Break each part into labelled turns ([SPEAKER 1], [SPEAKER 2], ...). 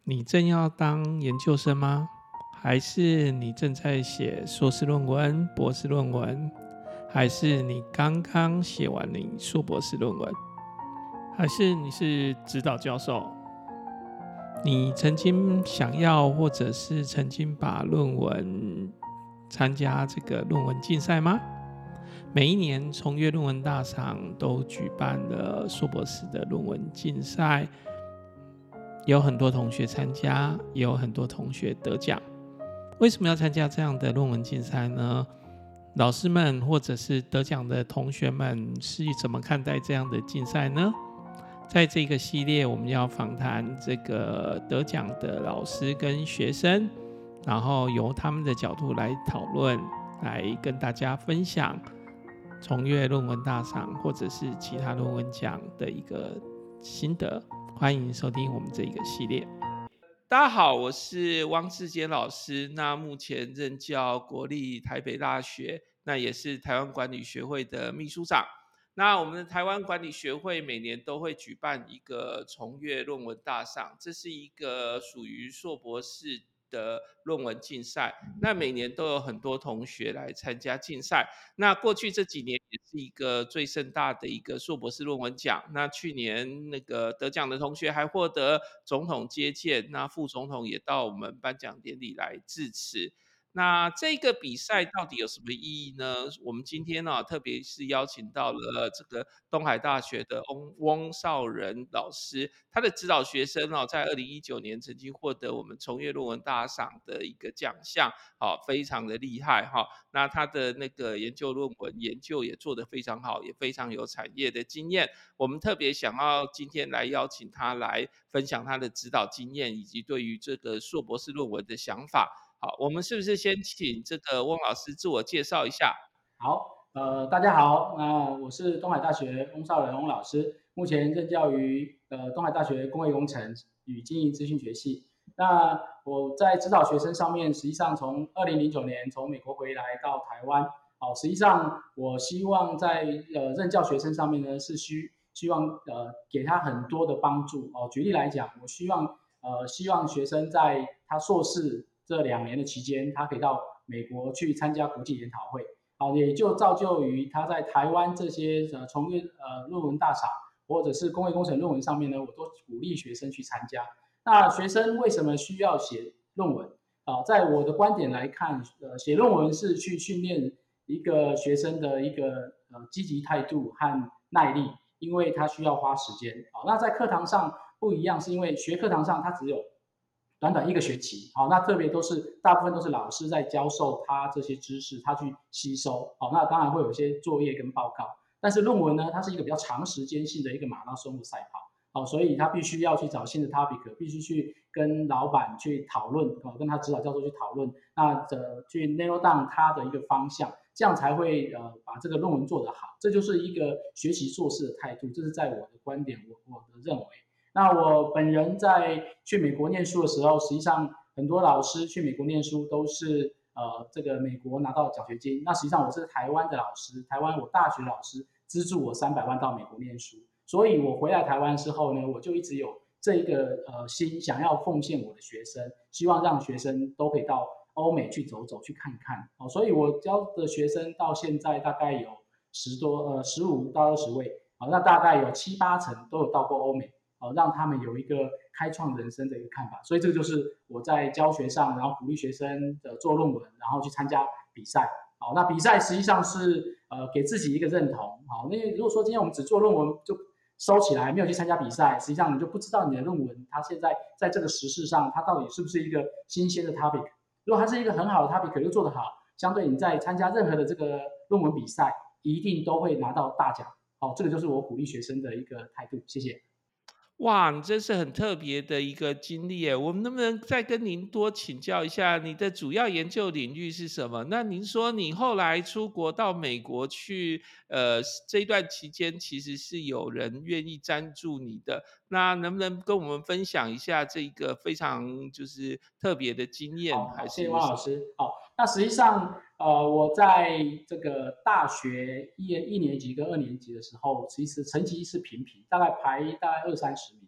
[SPEAKER 1] 你正要当研究生吗？还是你正在写硕士论文、博士论文？还是你刚刚写完你硕博士论文？还是你是指导教授？你曾经想要或者是曾经把论文参加这个论文竞赛吗？每一年崇越论文大赏都举办了硕博士的论文竞赛，有很多同学参加，也有很多同学得奖。为什么要参加这样的论文竞赛呢？老师们或者是得奖的同学们是怎么看待这样的竞赛呢？在这个系列，我们要访谈这个得奖的老师跟学生，然后由他们的角度来讨论，来跟大家分享崇越论文大赏或者是其他论文奖的一个心得。欢迎收听我们这一个系列。大家好，我是汪志坚老师，那目前任教国立台北大学，那也是台湾管理学会的秘书长。那我们的台湾管理学会每年都会举办一个崇越论文大赏，这是一个属于硕博士的论文竞赛，那每年都有很多同学来参加竞赛。那过去这几年也是一个最盛大的一个硕博士论文奖。那去年那个得奖的同学还获得总统接见，那副总统也到我们颁奖典礼来致辞。那这个比赛到底有什么意义呢？我们今天特别是邀请到了这个东海大学的翁少仁老师，他的指导学生在2019年曾经获得我们崇越论文大赏的一个奖项，非常的厉害那他的那个研究论文研究也做得非常好，也非常有产业的经验。我们特别想要今天来邀请他来分享他的指导经验，以及对于这个硕博士论文的想法。好，我们是不是先请这个翁老师自我介绍一下？
[SPEAKER 2] 好，大家好，我是东海大学翁少仁翁老师，目前任教于东海大学工业工程与经营资讯学系。那我在指导学生上面，实际上从2009年从美国回来到台湾，实际上我希望在任教学生上面呢，是希望给他很多的帮助举例来讲，我希望学生在他硕士这2年的期间，他可以到美国去参加国际研讨会。也就造就于他在台湾这些从业论文大赏或者是工业工程论文上面呢，我都鼓励学生去参加。那学生为什么需要写论文？在我的观点来看，写论文是去训练一个学生的一个积极态度和耐力，因为他需要花时间。那在课堂上不一样，是因为学课堂上他只有短短1个学期，那特别大部分都是老师在教授他这些知识，他去吸收，那当然会有一些作业跟报告，但是论文呢，它是一个比较长时间性的一个马拉松的赛跑，所以他必须要去找新的 topic，必须去跟老板去讨论，跟他指导教授去讨论，那去 narrow down 他的一个方向，这样才会把这个论文做得好，这就是一个学习硕士的态度，这是在我的观点，我的认为。那我本人在去美国念书的时候，实际上很多老师去美国念书都是这个美国拿到奖学金。那实际上我是台湾的老师，台湾我大学老师资助我300万到美国念书，所以我回来台湾之后呢，我就一直有这一个心，想要奉献我的学生，希望让学生都可以到欧美去走走，去看看。所以我教的学生到现在大概有15到20位，那大概有7、8成都有到过欧美。让他们有一个开创人生的一个看法，所以这个就是我在教学上，然后鼓励学生做论文，然后去参加比赛。好，那比赛实际上是给自己一个认同。好，因为如果说今天我们只做论文就收起来，没有去参加比赛，实际上你就不知道你的论文它现在在这个时事上，它到底是不是一个新鲜的 topic。如果它是一个很好的 topic，又做得好，相对你在参加任何的这个论文比赛，一定都会拿到大奖。好，这个就是我鼓励学生的一个态度。谢谢。
[SPEAKER 1] 哇，你真是很特别的一个经历耶！我们能不能再跟您多请教一下，你的主要研究领域是什么？那您说你后来出国到美国去，这一段期间其实是有人愿意赞助你的，那能不能跟我们分享一下这个非常就是特别的经验，还
[SPEAKER 2] 好好，谢谢汪
[SPEAKER 1] 是什么？
[SPEAKER 2] 老师。好，那实际上，我在这个大学一年级跟2年级的时候，其实成绩是平平，大概排大概20、30名。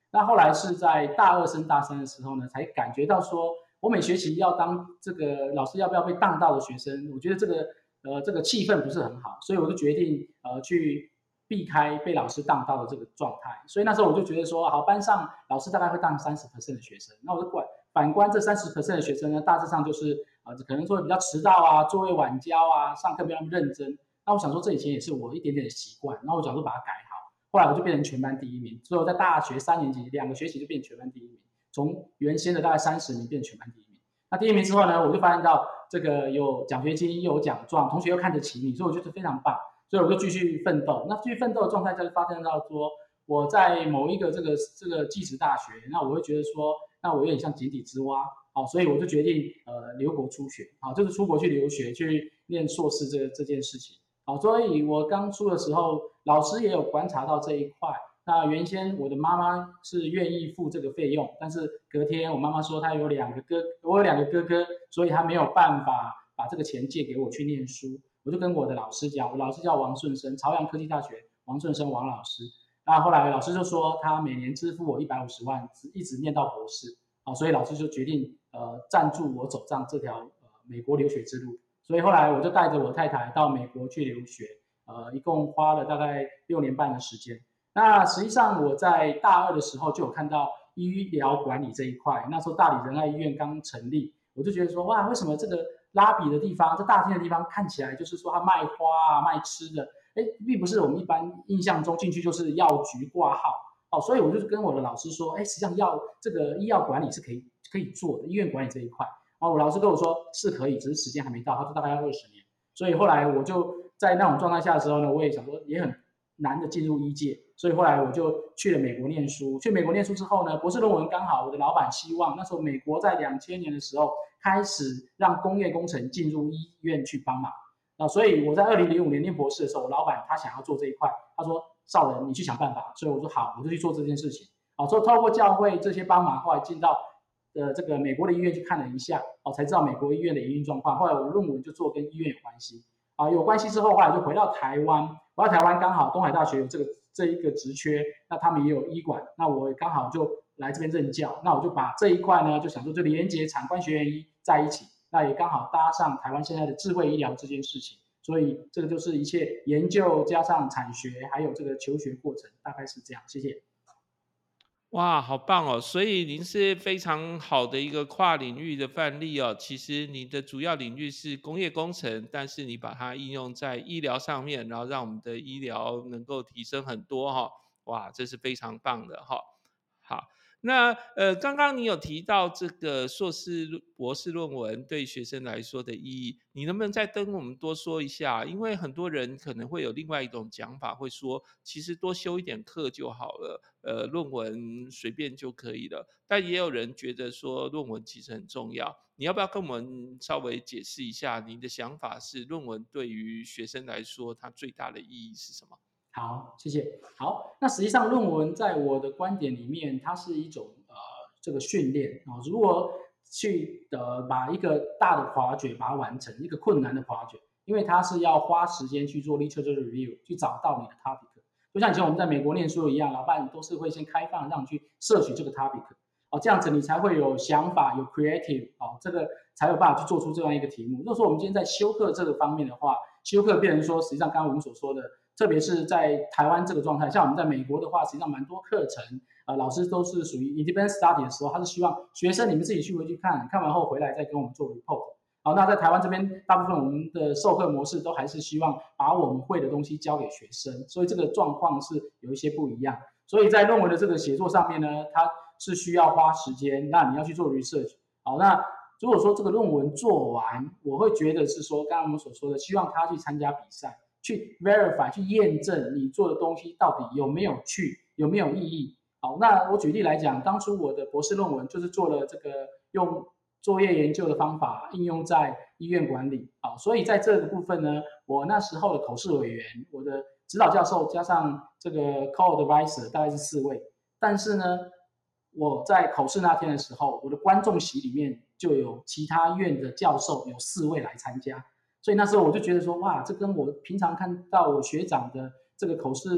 [SPEAKER 2] 那后来是在大二升大三的时候呢，才感觉到说，我每学期要当这个老师要不要被当到的学生，我觉得这个气氛不是很好，所以我就决定去避开被老师当到的这个状态。所以那时候我就觉得说，好，班上老师大概会当30%的学生，那我就反观这30%的学生呢，大致上就是可能说比较迟到啊，作业晚交啊，上课没有那么认真。那我想说，这以前也是我一点点的习惯，然后我想说把它改好。后来我就变成全班第一名，所以我在大学3年级2个学期就变成全班第一名，从原先的大概30名变成全班第一名。那第一名之后呢，我就发现到这个有奖学金又有奖状，同学又看得起你，所以我觉得非常棒，所以我就继续奋斗。那继续奋斗的状态就发现到说，我在某一个这个技职大学，那我会觉得说，那我有点像井底之蛙，好，所以我就决定留国出学，好，就是出国去留学去念硕士这件事情。好，所以我刚出的时候，老师也有观察到这一块。那原先我的妈妈是愿意付这个费用，但是隔天我妈妈说她有我有两个哥哥，所以她没有办法把这个钱借给我去念书。我就跟我的老师讲，我老师叫王顺生，朝阳科技大学王顺生王老师。那后来老师就说他每年支付我150万，一直念到博士。好，所以老师就决定赞助我走上这条美国留学之路。所以后来我就带着我太太到美国去留学，一共花了大概6年半的时间。那实际上我在大二的时候就有看到医疗管理这一块，那时候大理仁爱医院刚成立，我就觉得说，哇，为什么这个拉比的地方，这大厅的地方看起来就是说它卖花啊、卖吃的，并不是我们一般印象中进去就是药局挂号。哦，所以我就跟我的老师说，实际上这个医药管理是可以做的，医院管理这一块。哦，我老师跟我说是可以，只是时间还没到，他说大概要20年。所以后来我就在那种状态下的时候呢，我也想说也很难的进入医界，所以后来我就去了美国念书。去美国念书之后呢，博士论文刚好我的老板希望，那时候美国在2000年的时候开始让工业工程进入医院去帮忙。所以我在2005年念博士的时候，我老板他想要做这一块，他说少仁你去想办法，所以我说好，我就去做这件事情。所以透过教会这些帮忙，后来进到这个美国的医院去看了一下，才知道美国医院的营运状况。后来我的论文就做跟医院有关系，有关系之后，后来就回到台湾。回到台湾刚好东海大学有这一个职缺，那他们也有医管，那我刚好就来这边任教。那我就把这一块呢，就想说就连接产官学研医在一起，那也刚好搭上台湾现在的智慧医疗这件事情。所以这个就是一切研究加上产学，还有这个求学过程，大概是这样。谢谢。
[SPEAKER 1] 哇，好棒哦！所以您是非常好的一个跨领域的范例哦。其实你的主要领域是工业工程，但是你把它应用在医疗上面，然后让我们的医疗能够提升很多哈。哇，这是非常棒的哈。好，那刚刚你有提到这个硕士、博士论文对学生来说的意义，你能不能再跟我们多说一下？因为很多人可能会有另外一种讲法，会说其实多修一点课就好了，论文随便就可以了。但也有人觉得说论文其实很重要，你要不要跟我们稍微解释一下，你的想法是论文对于学生来说，它最大的意义是什么？
[SPEAKER 2] 好，谢谢。好，那实际上论文在我的观点里面，它是一种这个训练啊，如何去把一个大的 project 把它完成，一个困难的 project，因为它是要花时间去做 literature review，去找到你的 topic。就像以前我们在美国念书一样，老板都是会先开放让你去摄取这个 topic，这样子你才会有想法，有 creative，这个才有办法去做出这样一个题目。如果说我们今天在修课这个方面的话，修课变成说，实际上刚刚我们所说的。特别是在台湾这个状态，像我们在美国的话，实际上蛮多课程，老师都是属于 independent study 的时候，他是希望学生你们自己去回去看，看完后回来再跟我们做 report。好，那在台湾这边，大部分我们的授课模式都还是希望把我们会的东西教给学生，所以这个状况是有一些不一样。所以在论文的这个写作上面呢，它是需要花时间，那你要去做 research。好，那如果说这个论文做完，我会觉得是说，刚刚我们所说的，希望他去参加比赛。去 verify 去验证你做的东西到底有没有趣，有没有意义。好，那我举例来讲，当初我的博士论文就是做了这个用作业研究的方法应用在医院管理。好，所以在这个部分呢，我那时候的口试委员，我的指导教授加上这个 co-advisor 大概是4位，但是呢，我在口试那天的时候，我的观众席里面就有其他院的教授有4位来参加。所以那时候我就觉得说，哇，这跟我平常看到我学长的这个口试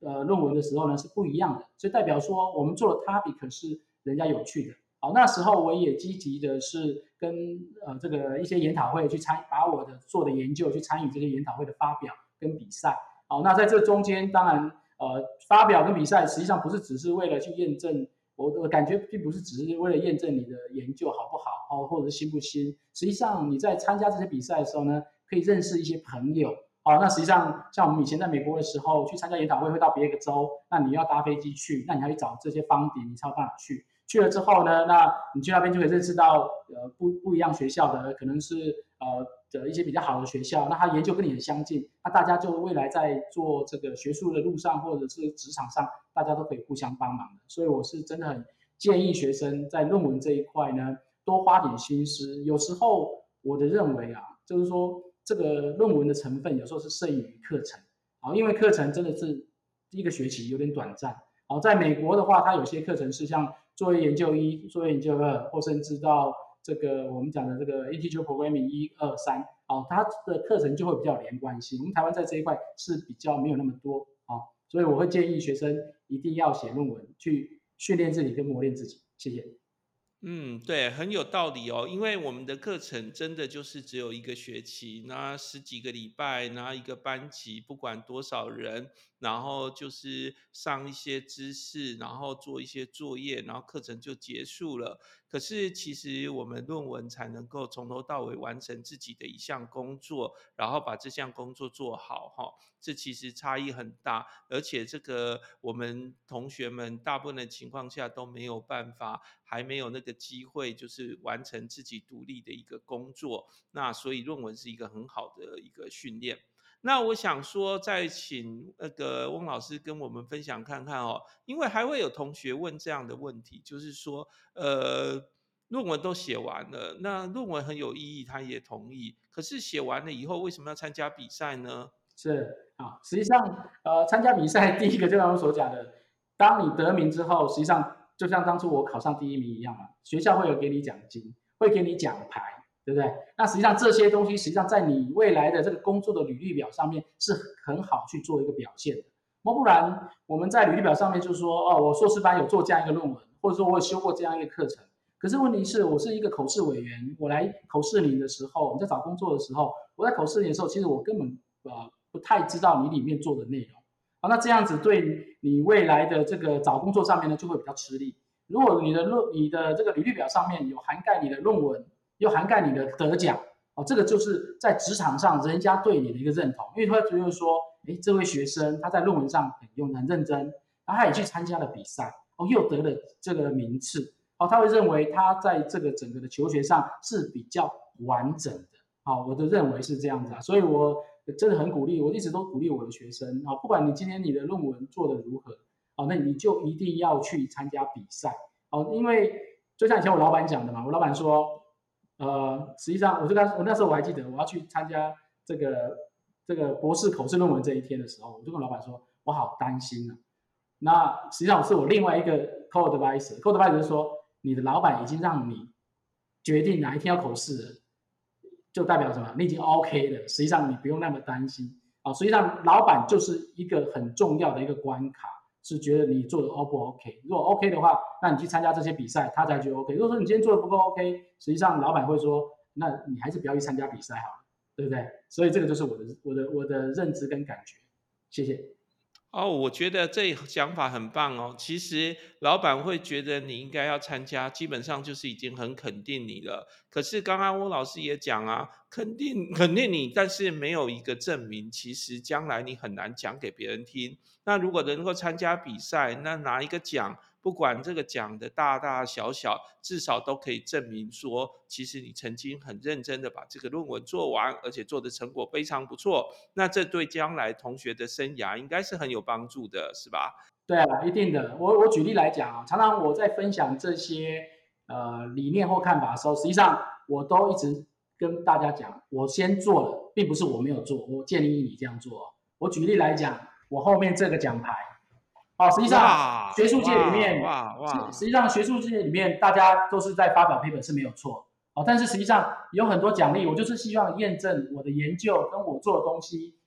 [SPEAKER 2] 论文的时候呢是不一样的，所以代表说我们做的 topic 是人家有趣的。好，那时候我也积极的是跟这个一些研讨会去把我的做的研究去参与这些研讨会的发表跟比赛。好，那在这中间，当然发表跟比赛实际上不是只是为了去验证，我感觉并不是只是为了验证你的研究好不好，或者是新不新。实际上你在参加这些比赛的时候呢，可以认识一些朋友。那实际上像我们以前在美国的时候去参加研讨会，会到别个州，那你要搭飞机去，那你要去找这些方点，你才有办法去。去了之后呢，那你去那边就可以认识到不一样学校的，可能是的一些比较好的学校，那他研究跟你很相近，那大家就未来在做这个学术的路上或者是职场上，大家都可以互相帮忙的。所以我是真的很建议学生在论文这一块呢，多花点心思。有时候我的认为啊，就是说这个论文的成分有时候是胜于课程，因为课程真的是一个学期有点短暂。在美国的话，它有些课程是像作业研究1、作业研究2，或甚至到这个我们讲的这个 Integer Programming 1、2、3，它的课程就会比较有连贯性。我们台湾在这一块是比较没有那么多，所以我会建议学生一定要写论文，去训练自己跟磨练自己。谢谢。
[SPEAKER 1] 对，很有道理哦。因为我们的课程真的就是只有一个学期，那10几个礼拜，然后一个班级，不管多少人，然后就是上一些知识，然后做一些作业，然后课程就结束了。可是其实我们论文才能够从头到尾完成自己的一项工作，然后把这项工作做好，这其实差异很大。而且这个我们同学们大部分的情况下都没有办法，还没有那个机会，就是完成自己独立的一个工作。那所以论文是一个很好的一个训练。那我想说，再请那个翁老师跟我们分享看看哦，因为还会有同学问这样的问题，就是说，论文都写完了，那论文很有意义，他也同意，可是写完了以后，为什么要参加比赛呢？
[SPEAKER 2] 是实际上参加比赛，第一个就像我所讲的，当你得名之后，实际上就像当初我考上第1名一样嘛，学校会有给你奖金，会给你奖牌，对不对？那实际上这些东西，实际上在你未来的这个工作的履历表上面是很好去做一个表现的。不然我们在履历表上面就说，我硕士班有做这样一个论文，或者说我有修过这样一个课程。可是问题是我是一个口试委员，我来口试你的时候，你在找工作的时候，我在口试你的时候，其实我根本不太知道你里面做的内容。那这样子对你未来的这个找工作上面呢，就会比较吃力。如果你的这个履历表上面有涵盖你的论文，又涵盖你的得奖，这个就是在职场上人家对你的一个认同，因为他会觉得说，这位学生他在论文上很认真，然后他也去参加了比赛，又得了这个名次，他会认为他在这个整个的求学上是比较完整的。我的认为是这样子所以我真的很鼓励，我一直都鼓励我的学生不管你今天你的论文做得如何，那你就一定要去参加比赛因为就像以前我老板讲的嘛，我老板说，实际上我那时候我还记得，我要去参加这个博士口试论文这一天的时候，我就跟老板说，我好担心啊。那实际上是我另外一个 co-advisor 说，你的老板已经让你决定哪一天要口试了，就代表什么？你已经 OK 了。实际上你不用那么担心实际上老板就是一个很重要的一个关卡，是觉得你做的 O 不 OK。如果 OK 的话，那你去参加这些比赛，他才觉得 OK。如果说你今天做的不够 OK，实际上老板会说，那你还是不要去参加比赛好了，对不对？所以这个就是我的认知跟感觉。谢谢。
[SPEAKER 1] 我觉得这想法很棒哦。其实老板会觉得你应该要参加，基本上就是已经很肯定你了。可是刚刚翁老师也讲啊，肯定你，但是没有一个证明，其实将来你很难讲给别人听。那如果能够参加比赛，那拿一个奖，不管这个奖的大大小小，至少都可以证明说，其实你曾经很认真的把这个论文做完，而且做的成果非常不错。那这对将来同学的生涯应该是很有帮助的，是吧？
[SPEAKER 2] 对啊，一定的。我举例来讲常常我在分享这些理念或看法的时候，实际上我都一直跟大家讲，我先做了，并不是我没有做，我建议你这样做。我举例来讲，我后面这个奖牌实际上学术界里面，实际上学术界里面大家都是在发表 paper 是没有错但是实际上有很多奖励，我就是希望验证我的研究跟我做的东西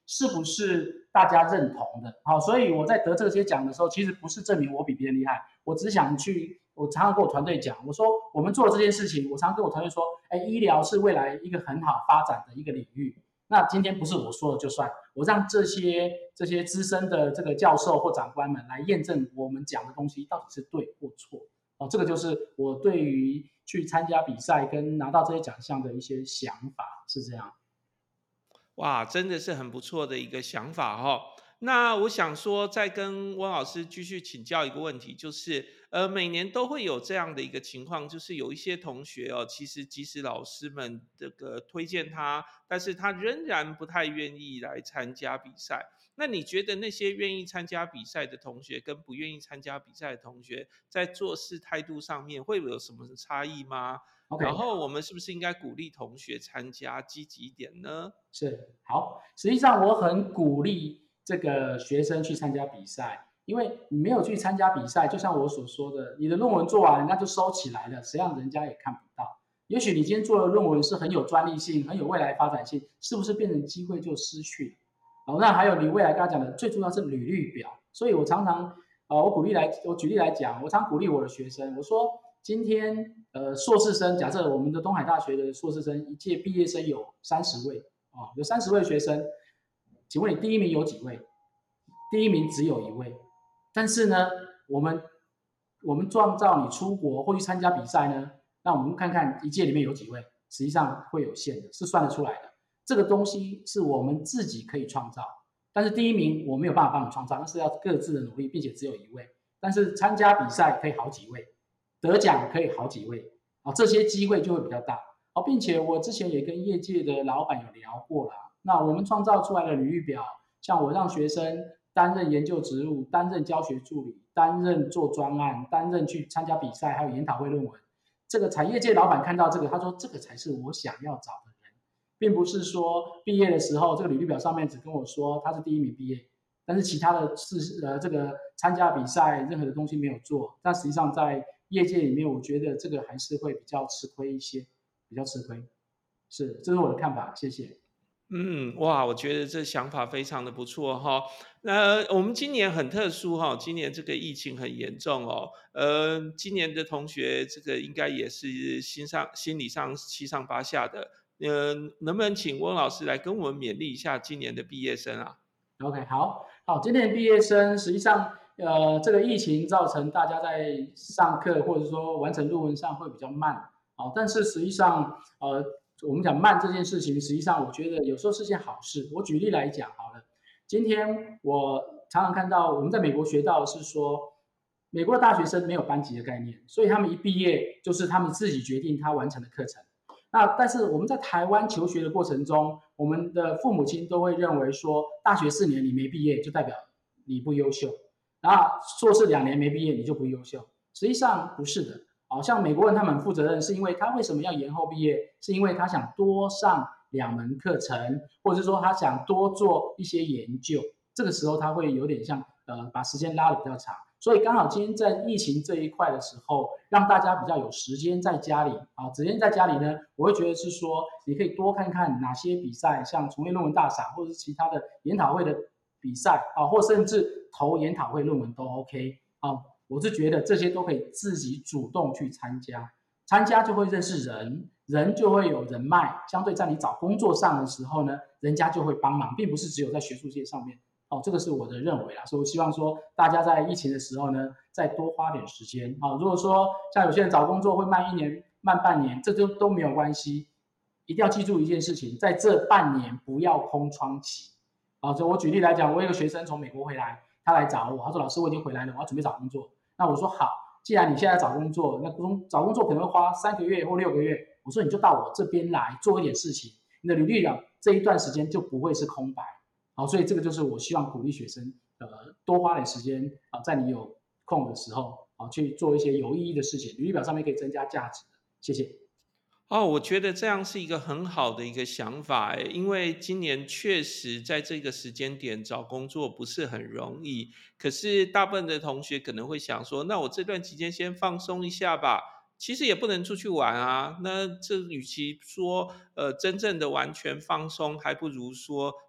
[SPEAKER 2] 是不是大家认同的。好，所以我在得这些奖的时候，其实不是证明我比别人厉害，我只想去。我常常跟我团队讲，我说我们做这件事情，我常常跟我团队说，医疗是未来一个很好发展的一个领域。那今天不是我说了就算，我让这些资深的这个教授或长官们来验证我们讲的东西到底是对或错。这个就是我对于去参加比赛跟拿到这些奖项的一些想法，是这样。
[SPEAKER 1] 哇，真的是很不错的一个想法哦。那我想说，再跟温老师继续请教一个问题，就是每年都会有这样的一个情况，就是有一些同学哦，其实即使老师们这个推荐他，但是他仍然不太愿意来参加比赛。那你觉得那些愿意参加比赛的同学跟不愿意参加比赛的同学，在做事态度上面会有什么差异吗？然
[SPEAKER 2] OK，
[SPEAKER 1] 后我们是不是应该鼓励同学参加，积极一点呢？
[SPEAKER 2] 是好。实际上我很鼓励这个学生去参加比赛，因为你没有去参加比赛，就像我所说的，你的论文做完那就收起来了，谁让人家也看不到。也许你今天做的论文是很有专利性、很有未来发展性，是不是变成机会就失去了？好，那还有你未来刚才讲的，最重要是履历表。所以我常常，我举例来讲，我常鼓励我的学生，我说今天硕士生，假设我们的东海大学的硕士生一届毕业生有30位，有30位学生，请问你第一名有几位？第一名只有1位，但是呢，我们创造你出国或去参加比赛呢，那我们看看一届里面有几位，实际上会有限的，是算得出来的。这个东西是我们自己可以创造，但是第一名我没有办法帮你创造，那是要各自的努力，并且只有1位。但是参加比赛可以好几位，得奖可以好几位，这些机会就会比较大。并且我之前也跟业界的老板有聊过了，那我们创造出来的履历表，像我让学生担任研究职务、担任教学助理、担任做专案、担任去参加比赛，还有研讨会论文。这个产业界老板看到这个，他说这个才是我想要找的人，并不是说毕业的时候这个履历表上面只跟我说他是第一名毕业，但是其他的这个参加比赛任何的东西没有做。但实际上在业界里面，我觉得这个还是会比较吃亏一些，比较吃亏。这是我的看法，谢谢。
[SPEAKER 1] 哇，我觉得这想法非常的不错哈。那我们今年很特殊哈，今年这个疫情很严重哦。今年的同学这个应该也是心理上七上八下的。能不能请温老师来跟我们勉励一下今年的毕业生啊？
[SPEAKER 2] OK，好，今年毕业生实际上，这个疫情造成大家在上课或者说完成论文上会比较慢，但是实际上，我们讲慢这件事情，实际上我觉得有时候是件好事。我举例来讲好了，今天我常常看到我们在美国学到的是说，美国的大学生没有班级的概念，所以他们一毕业就是他们自己决定他完成的课程。但是我们在台湾求学的过程中，我们的父母亲都会认为说，大学4年你没毕业就代表你不优秀，然后硕士2年没毕业你就不优秀。实际上不是的，像美国人他们很负责任，是因为他为什么要延后毕业？是因为他想多上2门课程，或者是说他想多做一些研究。这个时候他会有点像把时间拉得比较长。所以刚好今天在疫情这一块的时候，让大家比较有时间在家里时间在家里呢，我会觉得是说，你可以多看看哪些比赛，像重阅论文大赏，或者是其他的研讨会的比赛或甚至投研讨会论文都 OK 我是觉得这些都可以自己主动去参加，参加就会认识人，人就会有人脉，相对在你找工作上的时候呢，人家就会帮忙，并不是只有在学术界上面。这个是我的认为啦，所以我希望说大家在疫情的时候呢，再多花点时间如果说像有些人找工作会慢1年、慢半年，这都没有关系。一定要记住一件事情，在这半年不要空窗期就我举例来讲，我有一个学生从美国回来，他来找我，他说老师我已经回来了，我要准备找工作。那我说好，既然你现在找工作，那找工作可能会花3个月或6个月，我说你就到我这边来做一点事情，你的履历表这一段时间就不会是空白。所以这个就是我希望鼓励学生，多花点时间在你有空的时候去做一些有意义的事情，履历表上面可以增加价值的。谢谢。
[SPEAKER 1] 我觉得这样是一个很好的一个想法因为今年确实在这个时间点找工作不是很容易，可是大部分的同学可能会想说，那我这段期间先放松一下吧。其实也不能出去玩啊，那这与其说真正的完全放松，还不如说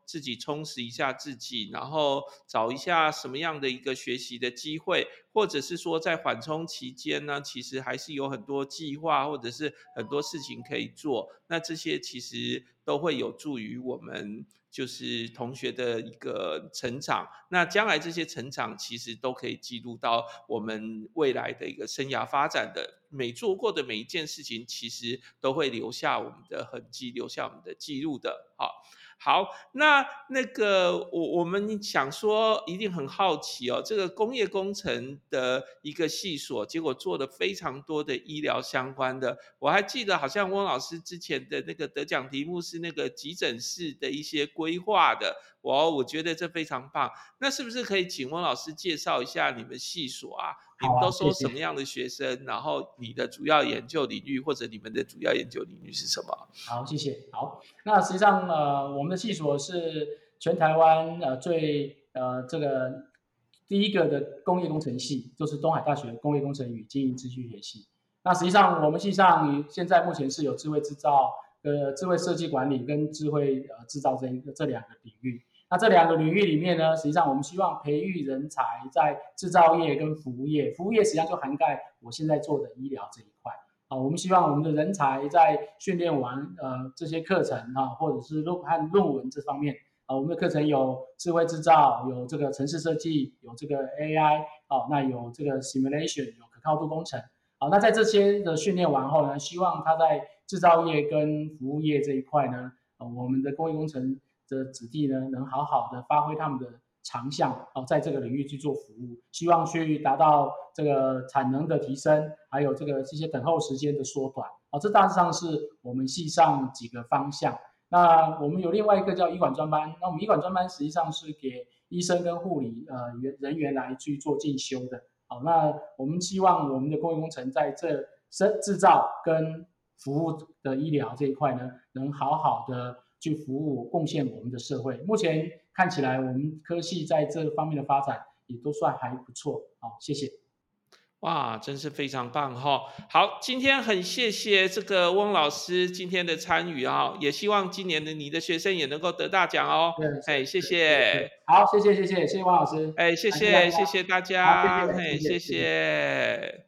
[SPEAKER 1] 自己充实一下自己，然后找一下什么样的一个学习的机会，或者是说在缓冲期间呢，其实还是有很多计划或者是很多事情可以做，那这些其实都会有助于我们就是同学的一个成长，那将来这些成长其实都可以记录到我们未来的一个生涯发展的做过的每一件事情，其实都会留下我们的痕迹，留下我们的记录的。好，那个我们想说，一定很好奇哦，这个工业工程的一个系所，结果做了非常多的医疗相关的。我还记得，好像翁老师之前的那个得奖题目是那个急诊室的一些规划的，我觉得这非常棒。那是不是可以请翁老师介绍一下你们系所啊？你们都
[SPEAKER 2] 好啊，谢谢。
[SPEAKER 1] 收什么样的学生？然后你的主要研究领域或者你们的主要研究领域是什么？
[SPEAKER 2] 好，谢谢。好，那实际上我们的系所是全台湾这个第一个的工业工程系，就是东海大学工业工程与经营资讯学系。那实际上我们系上现在目前是有智慧制造、智慧设计管理跟智慧制造这两个领域。那这两个领域里面呢，实际上我们希望培育人才在制造业跟服务业，服务业实际上就涵盖我现在做的医疗这一块。我们希望我们的人才在训练完这些课程或者是和论文这方面我们的课程有智慧制造，有这个程式设计，有这个 AI 那有这个 simulation， 有可靠度工程。那在这些的训练完后呢，希望他在制造业跟服务业这一块呢，我们的工业工程的子弟呢，能好好的发挥他们的长项在这个领域去做服务，希望去达到这个产能的提升，还有这些等候时间的缩短这大致上是我们系上几个方向。那我们有另外一个叫医管专班，那我们医管专班实际上是给医生跟护理人员来去做进修的。好，那我们希望我们的工业工程在这制造跟服务的医疗这一块呢，能好好的去服务贡献我们的社会。目前看起来我们科系在这方面的发展也都算还不错。好，谢谢。
[SPEAKER 1] 哇，真是非常棒哈！好，今天很谢谢这个翁老师今天的参与也希望今年的你的学生也能够得大奖哦。哎，谢谢。
[SPEAKER 2] 好，谢谢汪老师。
[SPEAKER 1] 哎，谢
[SPEAKER 2] 感谢大家。
[SPEAKER 1] 谢大
[SPEAKER 2] 好，谢
[SPEAKER 1] 家，
[SPEAKER 2] 谢，
[SPEAKER 1] 嘿，谢
[SPEAKER 2] 谢谢。
[SPEAKER 1] 谢。